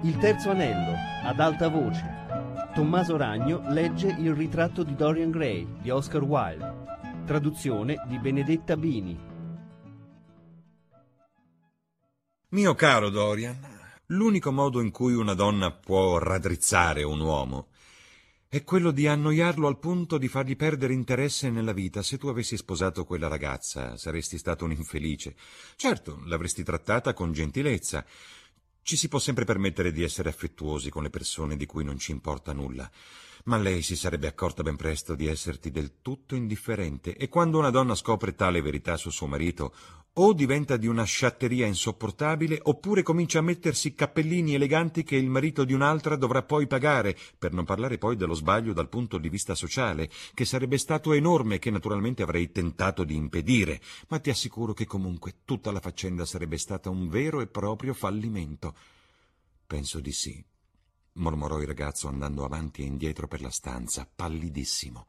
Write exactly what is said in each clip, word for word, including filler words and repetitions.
Il terzo anello, ad alta voce. Tommaso Ragno legge Il ritratto di Dorian Gray di Oscar Wilde. Traduzione di Benedetta Bini. Mio caro Dorian, l'unico modo in cui una donna può raddrizzare un uomo è quello di annoiarlo al punto di fargli perdere interesse nella vita. Se tu avessi sposato quella ragazza, saresti stato un infelice. Certo, l'avresti trattata con gentilezza. Ci si può sempre permettere di essere affettuosi con le persone di cui non ci importa nulla, ma lei si sarebbe accorta ben presto di esserti del tutto indifferente, e quando una donna scopre tale verità su suo marito, o diventa di una sciatteria insopportabile, oppure comincia a mettersi cappellini eleganti che il marito di un'altra dovrà poi pagare, per non parlare poi dello sbaglio dal punto di vista sociale, che sarebbe stato enorme e che naturalmente avrei tentato di impedire, ma ti assicuro che comunque tutta la faccenda sarebbe stata un vero e proprio fallimento. Penso di sì, mormorò il ragazzo andando avanti e indietro per la stanza, pallidissimo.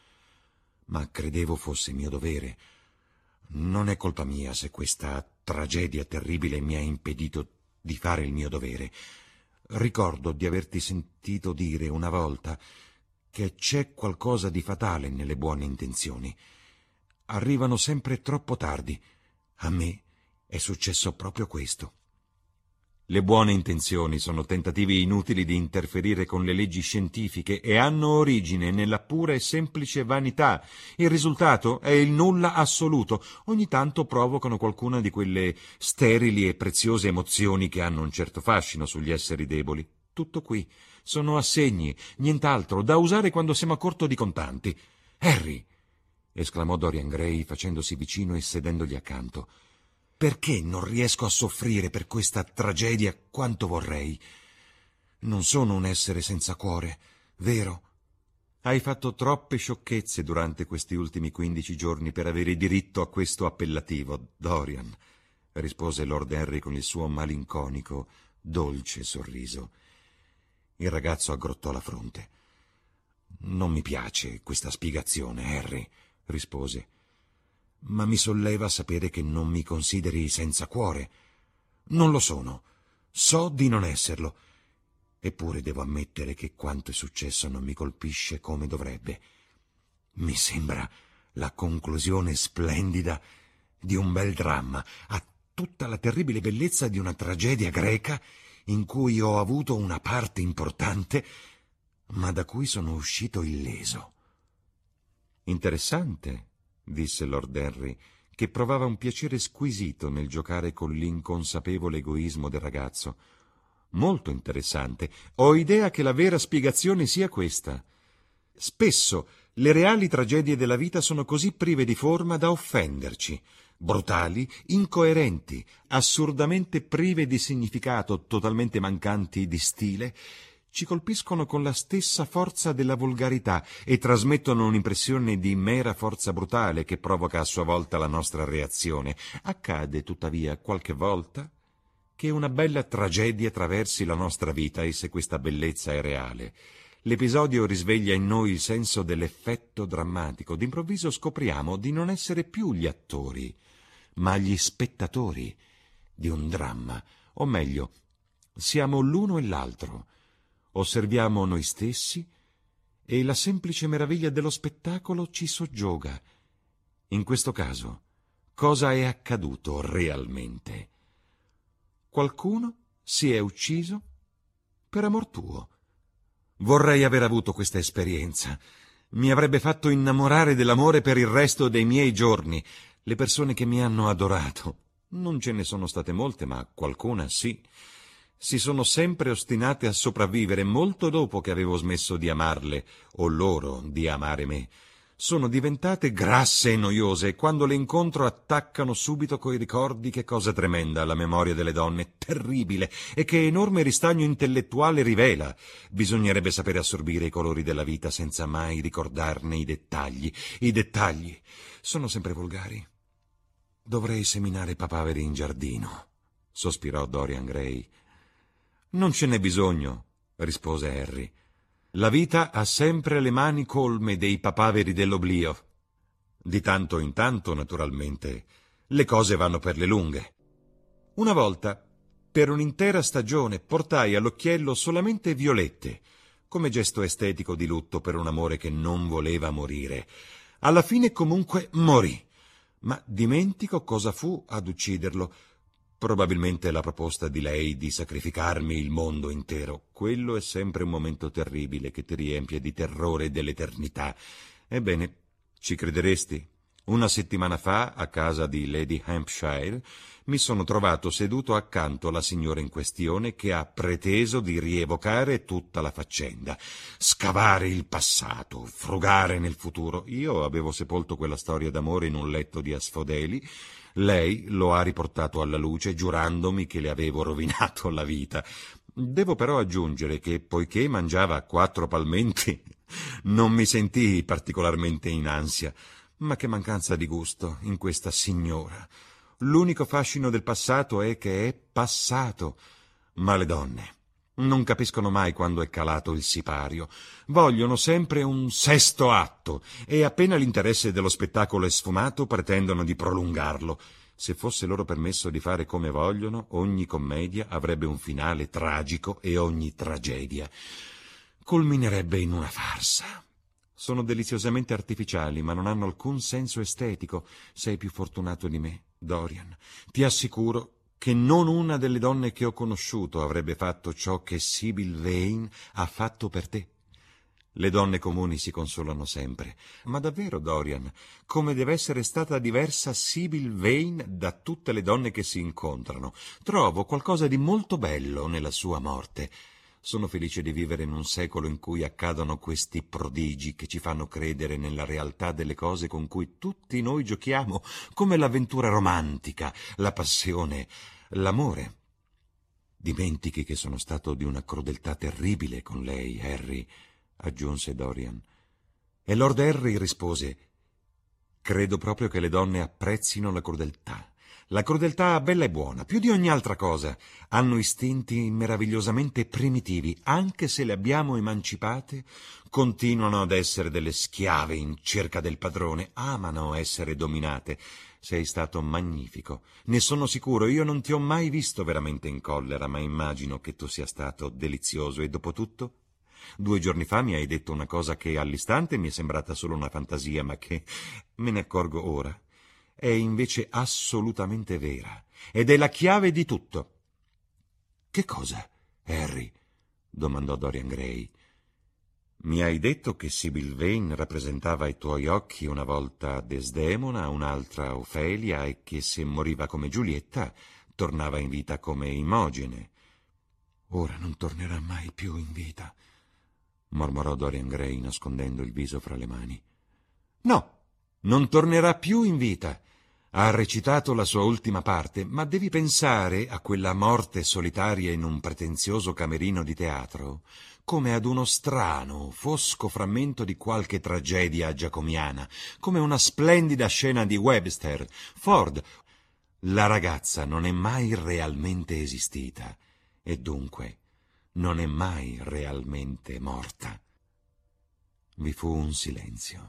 Ma credevo fosse mio dovere. Non è colpa mia se questa tragedia terribile mi ha impedito di fare il mio dovere. Ricordo di averti sentito dire una volta che c'è qualcosa di fatale nelle buone intenzioni. Arrivano sempre troppo tardi. A me è successo proprio questo. Le buone intenzioni sono tentativi inutili di interferire con le leggi scientifiche e hanno origine nella pura e semplice vanità. Il risultato è il nulla assoluto. Ogni tanto provocano qualcuna di quelle sterili e preziose emozioni che hanno un certo fascino sugli esseri deboli. Tutto qui. Sono assegni, nient'altro, da usare quando siamo a corto di contanti. Harry! Esclamò Dorian Gray facendosi vicino e sedendogli accanto. Perché non riesco a soffrire per questa tragedia quanto vorrei? Non sono un essere senza cuore, vero? Hai fatto troppe sciocchezze durante questi ultimi quindici giorni per avere diritto a questo appellativo, Dorian, rispose Lord Henry con il suo malinconico, dolce sorriso. Il ragazzo aggrottò la fronte. Non mi piace questa spiegazione, Harry, rispose. Ma mi solleva sapere che non mi consideri senza cuore. Non lo sono. So di non esserlo. Eppure devo ammettere che quanto è successo non mi colpisce come dovrebbe. Mi sembra la conclusione splendida di un bel dramma, a tutta la terribile bellezza di una tragedia greca in cui ho avuto una parte importante, ma da cui sono uscito illeso. Interessante, disse Lord Henry, che provava un piacere squisito nel giocare con l'inconsapevole egoismo del ragazzo. Molto interessante. Ho idea che la vera spiegazione sia questa. Spesso le reali tragedie della vita sono così prive di forma da offenderci, brutali, incoerenti, assurdamente prive di significato, totalmente mancanti di stile, ci colpiscono con la stessa forza della volgarità e trasmettono un'impressione di mera forza brutale che provoca a sua volta la nostra reazione. Accade, tuttavia, qualche volta che una bella tragedia traversi la nostra vita, e se questa bellezza è reale, l'episodio risveglia in noi il senso dell'effetto drammatico. D'improvviso scopriamo di non essere più gli attori, ma gli spettatori di un dramma, o meglio, siamo l'uno e l'altro. Osserviamo noi stessi e la semplice meraviglia dello spettacolo ci soggioga. In questo caso, cosa è accaduto realmente? Qualcuno si è ucciso per amor tuo. Vorrei aver avuto questa esperienza. Mi avrebbe fatto innamorare dell'amore per il resto dei miei giorni. Le persone che mi hanno adorato, non ce ne sono state molte, ma qualcuna sì, si sono sempre ostinate a sopravvivere molto dopo che avevo smesso di amarle, o loro di amare me. Sono diventate grasse e noiose, e quando le incontro attaccano subito coi ricordi. Che cosa tremenda la memoria delle donne, terribile, e che enorme ristagno intellettuale rivela. Bisognerebbe sapere assorbire i colori della vita senza mai ricordarne i dettagli. I dettagli sono sempre volgari. Dovrei seminare papaveri in giardino, sospirò Dorian Gray. Non ce n'è bisogno, rispose Harry. La vita ha sempre le mani colme dei papaveri dell'oblio. Di tanto in tanto, naturalmente, le cose vanno per le lunghe. Una volta Per un'intera stagione portai all'occhiello solamente violette, come gesto estetico di lutto per un amore che non voleva morire. Alla fine comunque morì, ma dimentico cosa fu ad ucciderlo. Probabilmente la proposta di lei di sacrificarmi il mondo intero. Quello è sempre un momento terribile che ti riempie di terrore dell'eternità. Ebbene, ci crederesti? Una settimana fa, a casa di Lady Hampshire, mi sono trovato seduto accanto alla signora in questione che ha preteso di rievocare tutta la faccenda, scavare il passato, frugare nel futuro. Io avevo sepolto quella storia d'amore in un letto di asfodeli. Lei lo ha riportato alla luce, giurandomi che le avevo rovinato la vita. Devo però aggiungere che, poiché mangiava quattro palmenti, non mi sentii particolarmente in ansia. Ma che mancanza di gusto in questa signora. L'unico fascino del passato è che è passato. Ma le donne non capiscono mai quando è calato il sipario. Vogliono sempre un sesto atto e appena l'interesse dello spettacolo è sfumato pretendono di prolungarlo. Se fosse loro permesso di fare come vogliono, ogni commedia avrebbe un finale tragico e ogni tragedia culminerebbe in una farsa. Sono deliziosamente artificiali, ma non hanno alcun senso estetico. Sei più fortunato di me, Dorian. Ti assicuro che non una delle donne che ho conosciuto avrebbe fatto ciò che Sybil Vane ha fatto per te. Le donne comuni si consolano sempre. Ma davvero, Dorian, come deve essere stata diversa Sybil Vane da tutte le donne che si incontrano? Trovo qualcosa di molto bello nella sua morte. Sono felice di vivere in un secolo in cui accadono questi prodigi che ci fanno credere nella realtà delle cose con cui tutti noi giochiamo, come l'avventura romantica, la passione, l'amore. Dimentichi che sono stato di una crudeltà terribile con lei, Harry, aggiunse Dorian. E Lord Henry rispose: credo proprio che le donne apprezzino la crudeltà. La crudeltà bella e buona, più di ogni altra cosa. Hanno istinti meravigliosamente primitivi, anche se le abbiamo emancipate, continuano ad essere delle schiave in cerca del padrone, amano essere dominate. Sei stato magnifico, ne sono sicuro. Io non ti ho mai visto veramente in collera, ma immagino che tu sia stato delizioso. E dopo tutto, due giorni fa mi hai detto una cosa che all'istante mi è sembrata solo una fantasia, ma che, me ne accorgo ora, è invece assolutamente vera, ed è la chiave di tutto. Che cosa, Harry? Domandò Dorian Gray. Mi hai detto che Sybil Vane rappresentava ai tuoi occhi una volta Desdemona, un'altra Ofelia, e che se moriva come Giulietta tornava in vita come Imogene. Ora non tornerà mai più in vita, mormorò Dorian Gray nascondendo il viso fra le mani. No, non tornerà più in vita. Ha recitato la sua ultima parte, ma devi pensare a quella morte solitaria in un pretenzioso camerino di teatro come ad uno strano, fosco frammento di qualche tragedia giacomiana, come una splendida scena di Webster. Ford, la ragazza non è mai realmente esistita e dunque non è mai realmente morta. Vi fu un silenzio.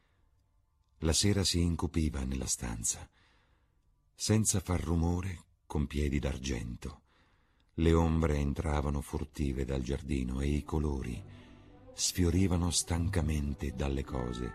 La sera si incupiva nella stanza. Senza far rumore, con piedi d'argento, le ombre entravano furtive dal giardino e i colori sfiorivano stancamente dalle cose.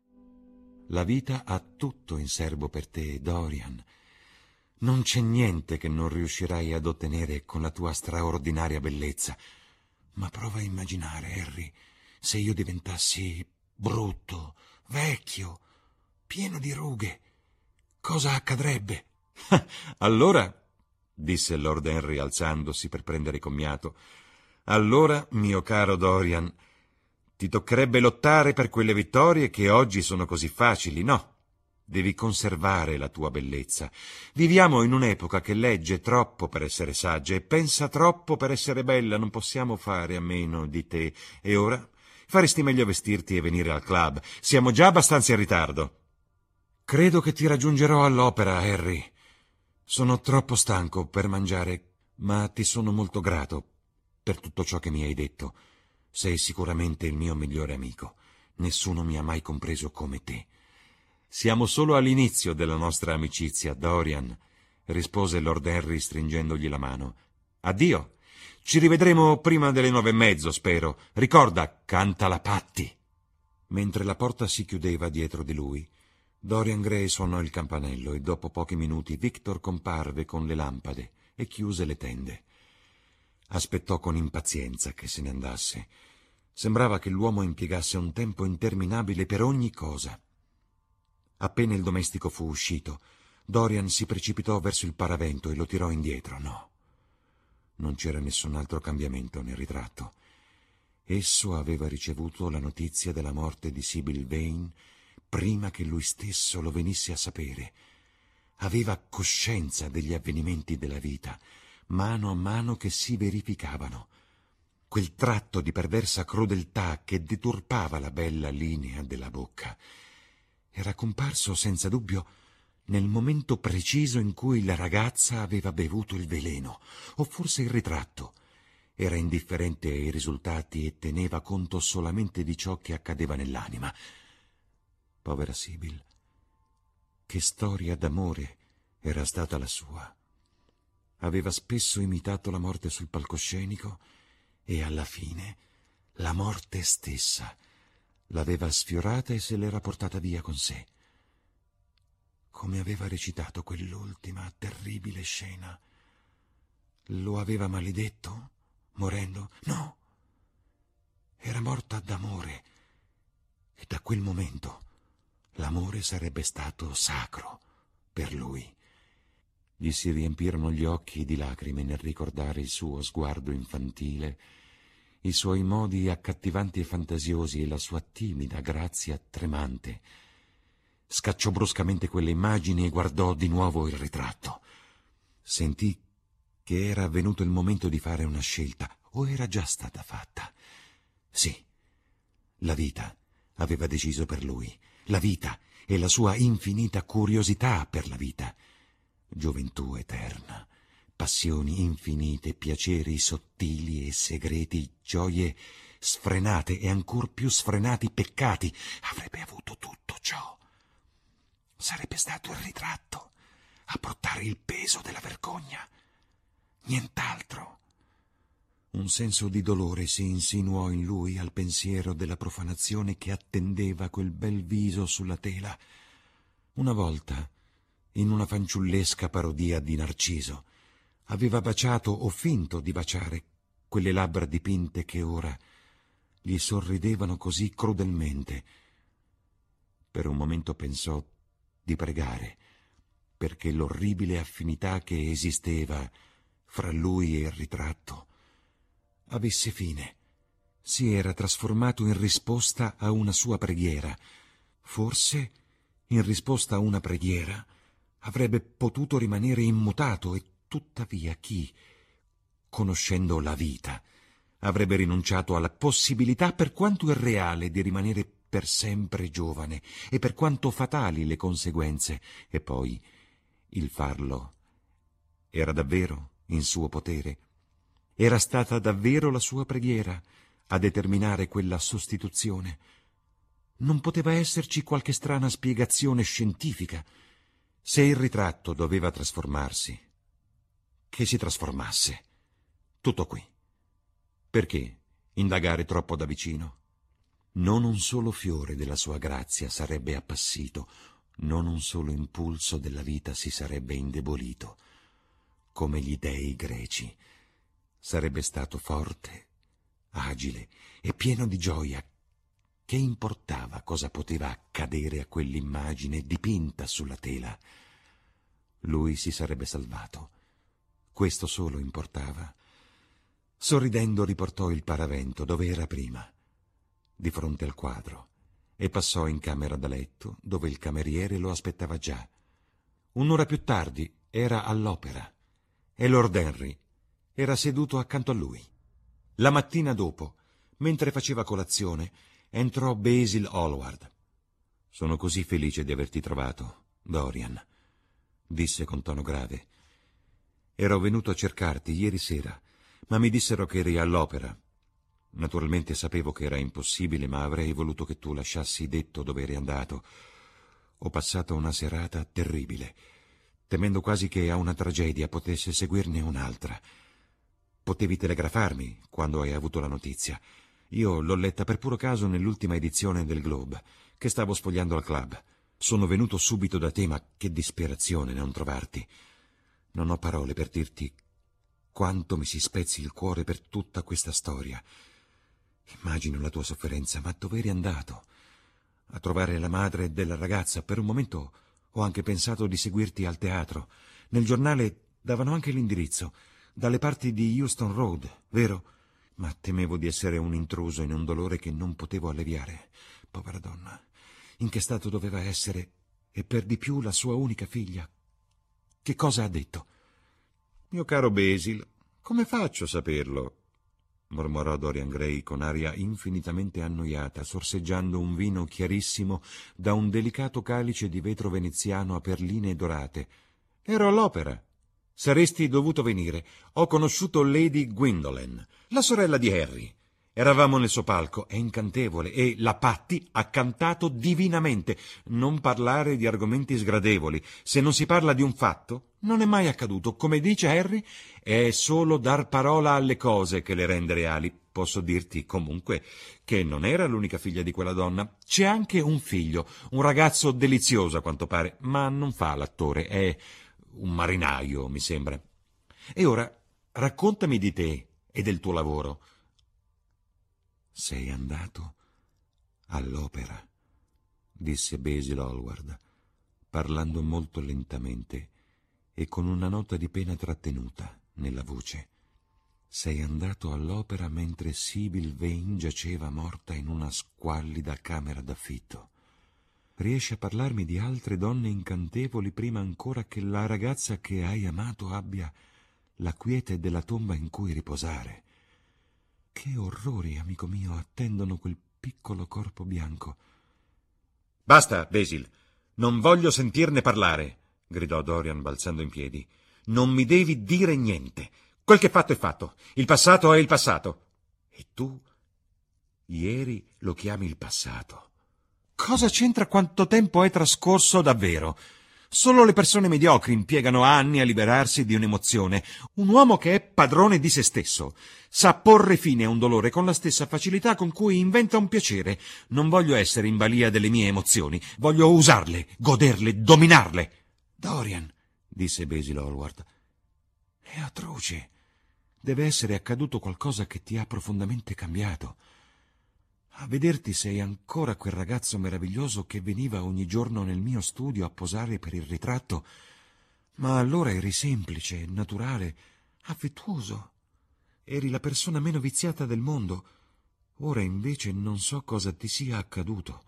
La vita ha tutto in serbo per te, Dorian. Non c'è niente che non riuscirai ad ottenere con la tua straordinaria bellezza. Ma prova a immaginare, Harry, se io diventassi brutto, vecchio, pieno di rughe, cosa accadrebbe? Allora, disse Lord Henry alzandosi per prendere commiato, allora, mio caro Dorian, ti toccherebbe lottare per quelle vittorie che oggi sono così facili. No, devi conservare la tua bellezza. Viviamo in un'epoca che legge troppo per essere saggia e pensa troppo per essere bella. Non possiamo fare a meno di te. E ora faresti meglio vestirti e venire al club. Siamo già abbastanza in ritardo. Credo che ti raggiungerò all'opera, Harry. Sono troppo stanco per mangiare, ma ti sono molto grato per tutto ciò che mi hai detto. Sei sicuramente il mio migliore amico. Nessuno mi ha mai compreso come te. Siamo solo all'inizio della nostra amicizia, Dorian, rispose Lord Henry stringendogli la mano. Addio. Ci rivedremo prima delle nove e mezzo, spero. Ricorda, canta la Patti. Mentre la porta si chiudeva dietro di lui, Dorian Gray suonò il campanello e dopo pochi minuti Victor comparve con le lampade e chiuse le tende. Aspettò con impazienza che se ne andasse. Sembrava che l'uomo impiegasse un tempo interminabile per ogni cosa. Appena il domestico fu uscito, Dorian si precipitò verso il paravento e lo tirò indietro. No, non c'era nessun altro cambiamento nel ritratto. Esso aveva ricevuto la notizia della morte di Sybil Vane prima che lui stesso lo venisse a sapere. Aveva coscienza degli avvenimenti della vita, mano a mano che si verificavano. Quel tratto di perversa crudeltà che deturpava la bella linea della bocca era comparso senza dubbio nel momento preciso in cui la ragazza aveva bevuto il veleno, o forse il ritratto. Era indifferente ai risultati e teneva conto solamente di ciò che accadeva nell'anima. Povera Sybil, che storia d'amore era stata la sua. Aveva spesso imitato la morte sul palcoscenico e alla fine la morte stessa l'aveva sfiorata e se l'era portata via con sé. Come aveva recitato quell'ultima terribile scena? Lo aveva maledetto? Morendo? No! Era morta d'amore e da quel momento l'amore sarebbe stato sacro per lui. Gli si riempirono gli occhi di lacrime nel ricordare il suo sguardo infantile, i suoi modi accattivanti e fantasiosi e la sua timida grazia tremante. Scacciò bruscamente quelle immagini e guardò di nuovo il ritratto. Sentì che era venuto il momento di fare una scelta, o era già stata fatta. Sì, la vita aveva deciso per lui, la vita e la sua infinita curiosità per la vita. Gioventù eterna, passioni infinite, piaceri sottili e segreti, gioie sfrenate e ancor più sfrenati peccati. Avrebbe avuto tutto ciò. Sarebbe stato il ritratto a portare il peso della vergogna. Nient'altro. Un senso di dolore si insinuò in lui al pensiero della profanazione che attendeva quel bel viso sulla tela. Una volta, in una fanciullesca parodia di Narciso, aveva baciato o finto di baciare quelle labbra dipinte che ora gli sorridevano così crudelmente. Per un momento pensò di pregare perché l'orribile affinità che esisteva fra lui e il ritratto avesse fine. Si era trasformato in risposta a una sua preghiera. Forse, in risposta a una preghiera, avrebbe potuto rimanere immutato e tuttavia chi, conoscendo la vita, avrebbe rinunciato alla possibilità, per quanto irreale, di rimanere per sempre giovane e per quanto fatali le conseguenze, e poi il farlo era davvero in suo potere. Era stata davvero la sua preghiera a determinare quella sostituzione. Non poteva esserci qualche strana spiegazione scientifica. Se il ritratto doveva trasformarsi, che si trasformasse. Tutto qui. Perché indagare troppo da vicino? Non un solo fiore della sua grazia sarebbe appassito, non un solo impulso della vita si sarebbe indebolito. Come gli dei greci, sarebbe stato forte, agile e pieno di gioia. Che importava cosa poteva accadere a quell'immagine dipinta sulla tela? Lui si sarebbe salvato. Questo solo importava. Sorridendo riportò il paravento dove era prima, di fronte al quadro, e passò in camera da letto dove il cameriere lo aspettava già. Un'ora più tardi era all'opera e Lord Henry era seduto accanto a lui. La mattina dopo, mentre faceva colazione, entrò Basil Hallward. «Sono così felice di averti trovato, Dorian», disse con tono grave. «Ero venuto a cercarti ieri sera, ma mi dissero che eri all'opera. Naturalmente sapevo che era impossibile, ma avrei voluto che tu lasciassi detto dove eri andato. Ho passato una serata terribile, temendo quasi che a una tragedia potesse seguirne un'altra. potevi telegrafarmi quando hai avuto la notizia. Io l'ho letta per puro caso nell'ultima edizione del Globe, che stavo sfogliando al club. Sono venuto subito da te, ma che disperazione non trovarti. Non ho parole per dirti quanto mi si spezzi il cuore per tutta questa storia. Immagino la tua sofferenza, ma dove eri andato? A trovare la madre della ragazza? Per un momento ho anche pensato di seguirti al teatro. Nel giornale davano anche l'indirizzo, dalle parti di Houston Road, vero? Ma temevo di essere un intruso in un dolore che non potevo alleviare. Povera donna, in che stato doveva essere, e per di più la sua unica figlia. Che cosa ha detto? Mio caro Basil, come faccio a saperlo? Mormorò Dorian Gray con aria infinitamente annoiata, sorseggiando un vino chiarissimo da un delicato calice di vetro veneziano a perline dorate. Ero all'opera. Saresti dovuto venire. Ho conosciuto Lady Gwendolen, la sorella di Harry. Eravamo nel suo palco, è incantevole, e la Patti ha cantato divinamente. Non parlare di argomenti sgradevoli. Se non si parla di un fatto, non è mai accaduto. Come dice Harry, è solo dar parola alle cose che le rende reali. Posso dirti, comunque, che non era l'unica figlia di quella donna. C'è anche un figlio, un ragazzo delizioso a quanto pare, ma non fa l'attore, è un marinaio, mi sembra. E ora, raccontami di te e del tuo lavoro. Sei andato all'opera, disse Basil Hallward, parlando molto lentamente e con una nota di pena trattenuta nella voce. Sei andato all'opera mentre Sybil Vane giaceva morta in una squallida camera d'affitto. Riesci a parlarmi di altre donne incantevoli prima ancora che la ragazza che hai amato abbia la quiete della tomba in cui riposare. Che orrori, amico mio, attendono quel piccolo corpo bianco. Basta, Basil. Non voglio sentirne parlare, gridò Dorian balzando in piedi. Non mi devi dire niente. Quel che fatto è fatto. Il passato è il passato. E tu ieri lo chiami il passato? Cosa c'entra quanto tempo è trascorso davvero? Solo le persone mediocri impiegano anni a liberarsi di un'emozione. Un uomo che è padrone di se stesso sa porre fine a un dolore con la stessa facilità con cui inventa un piacere. Non voglio essere in balia delle mie emozioni. Voglio usarle, goderle, dominarle. Dorian, disse Basil Hallward, è atroce. Deve essere accaduto qualcosa che ti ha profondamente cambiato. A vederti sei ancora quel ragazzo meraviglioso che veniva ogni giorno nel mio studio a posare per il ritratto, ma allora eri semplice, naturale, affettuoso. Eri la persona meno viziata del mondo. Ora invece non so cosa ti sia accaduto.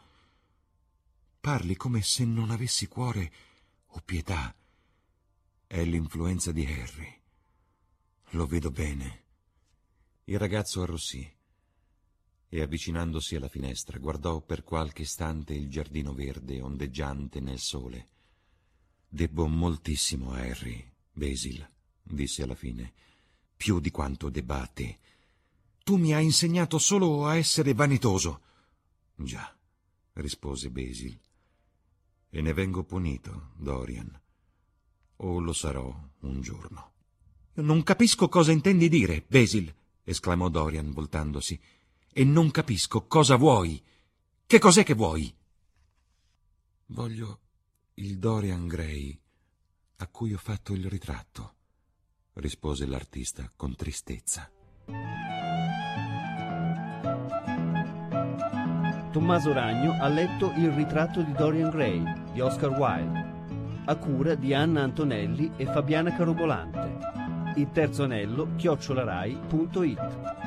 Parli come se non avessi cuore o pietà. È l'influenza di Harry. Lo vedo bene. Il ragazzo arrossì e, avvicinandosi alla finestra, guardò per qualche istante il giardino verde ondeggiante nel sole. Debbo moltissimo a Harry, Basil, disse alla fine, più di quanto debba a te. Tu mi hai insegnato solo a essere vanitoso. Già, rispose Basil, e ne vengo punito, Dorian. O lo sarò un giorno. Non capisco cosa intendi dire, Basil, esclamò Dorian voltandosi. E non capisco cosa vuoi. Che cos'è che vuoi? Voglio il Dorian Gray a cui ho fatto il ritratto, rispose l'artista con tristezza. Tommaso Ragno ha letto Il ritratto di Dorian Gray di Oscar Wilde, a cura di Anna Antonelli e Fabiana Carobolante. Il terzo anello chiocciolarai punto it.